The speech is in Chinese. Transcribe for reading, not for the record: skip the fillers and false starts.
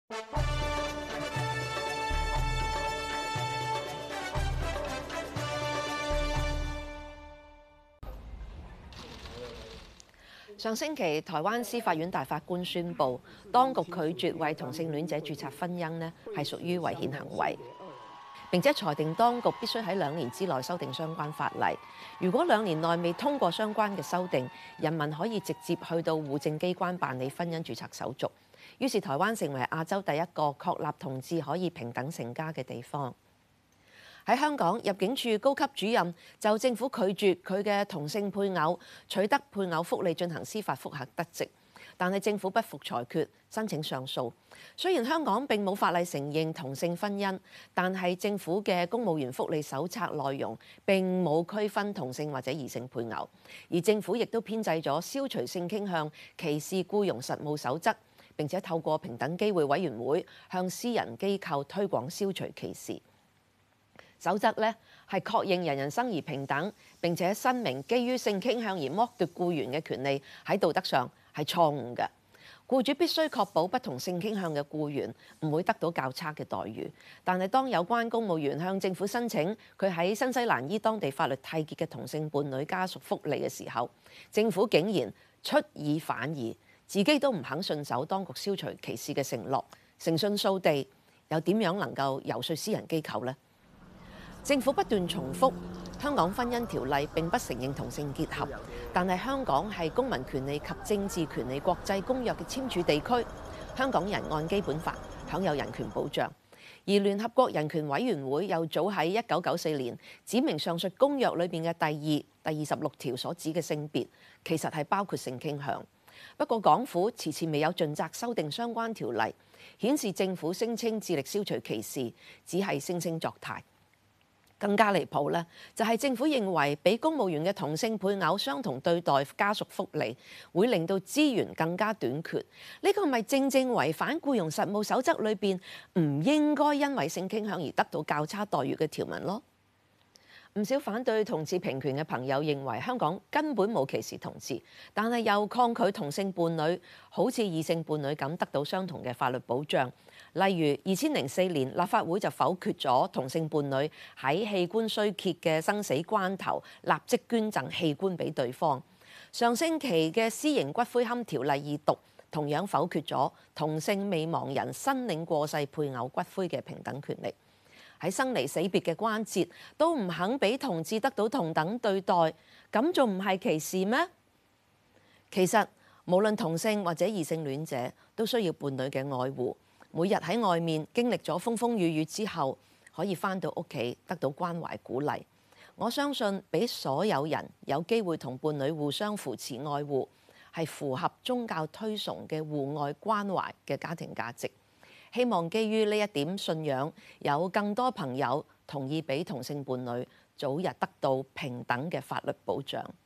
上星期，台灣司法院大法官宣布，當局拒絕為同性戀者註冊婚姻呢係屬於違憲行為，並且裁定當局必須喺2年之內修訂相關法例。如果2年內未通過相關嘅修訂，人民可以直接去到戶政機關辦理婚姻註冊手續。於是台灣成為亞洲第一個確立同志可以平等成家嘅地方。喺香港，入境處高級主任就政府拒絕佢嘅同性配偶取得配偶福利進行司法覆核得直，但係政府不服裁決，申請上訴。雖然香港並冇法例承認同性婚姻，但係政府嘅公務員福利手冊內容並冇區分同性或者異性配偶，而政府亦都編製咗消除性傾向歧視僱傭實務守則，並且透過平等機會委員會向私人機構推廣消除歧視。守則呢係確認人人生而平等，並且申明基於性傾向而剝奪僱員嘅權利喺道德上係錯誤嘅。僱主必須確保不同性傾向嘅僱員唔會得到較差嘅待遇。但係當有關公務員向政府申請佢喺新西蘭依當地法律締結嘅同性伴侶家屬福利嘅時候，政府竟然出爾反爾，自己都唔肯信守當局消除歧視嘅承諾，誠信掃地，又點樣能夠遊說私人機構呢？政府不斷重複香港婚姻條例並不承認同性結合，但係香港係公民權利及政治權利國際公約嘅簽署地區，香港人按基本法享有人權保障。而聯合國人權委員會又早喺1994年指明上述公約裏邊嘅第26條所指嘅性別，其實係包括性傾向。不過港府遲遲未有盡責修訂相關條例，顯示政府聲稱致力消除歧視，只係惺惺作態。更加離譜呢，就係政府認為俾公務員嘅同性配偶相同對待家屬福利，會令到資源更加短缺。呢個咪正正違反僱傭實務守則裏邊唔應該因為性傾向而得到較差待遇嘅條文咯。唔少反對同志平權嘅朋友認為香港根本冇歧視同志，但係又抗拒同性伴侶好似異性伴侶咁得到相同嘅法律保障。例如2004年立法會就否決咗同性伴侶喺器官衰竭嘅生死關頭立即捐贈器官俾對方。上星期嘅私營骨灰龕條例二讀同樣否決咗同性未亡人申領過世配偶骨灰嘅平等權利。喺生離死別嘅關節都唔肯俾同志得到同等對待，咁仲唔係歧視咩？其實無論同性或者異性戀者都需要伴侶嘅愛護。每日喺外面經歷咗風風雨雨之後，可以返到屋企得到關懷鼓勵。我相信俾所有人有機會同伴侶互相扶持愛護，係符合宗教推崇嘅互愛關懷嘅家庭價值。希望基於呢一點信仰，有更多朋友同意俾同性伴侶早日得到平等嘅法律保障。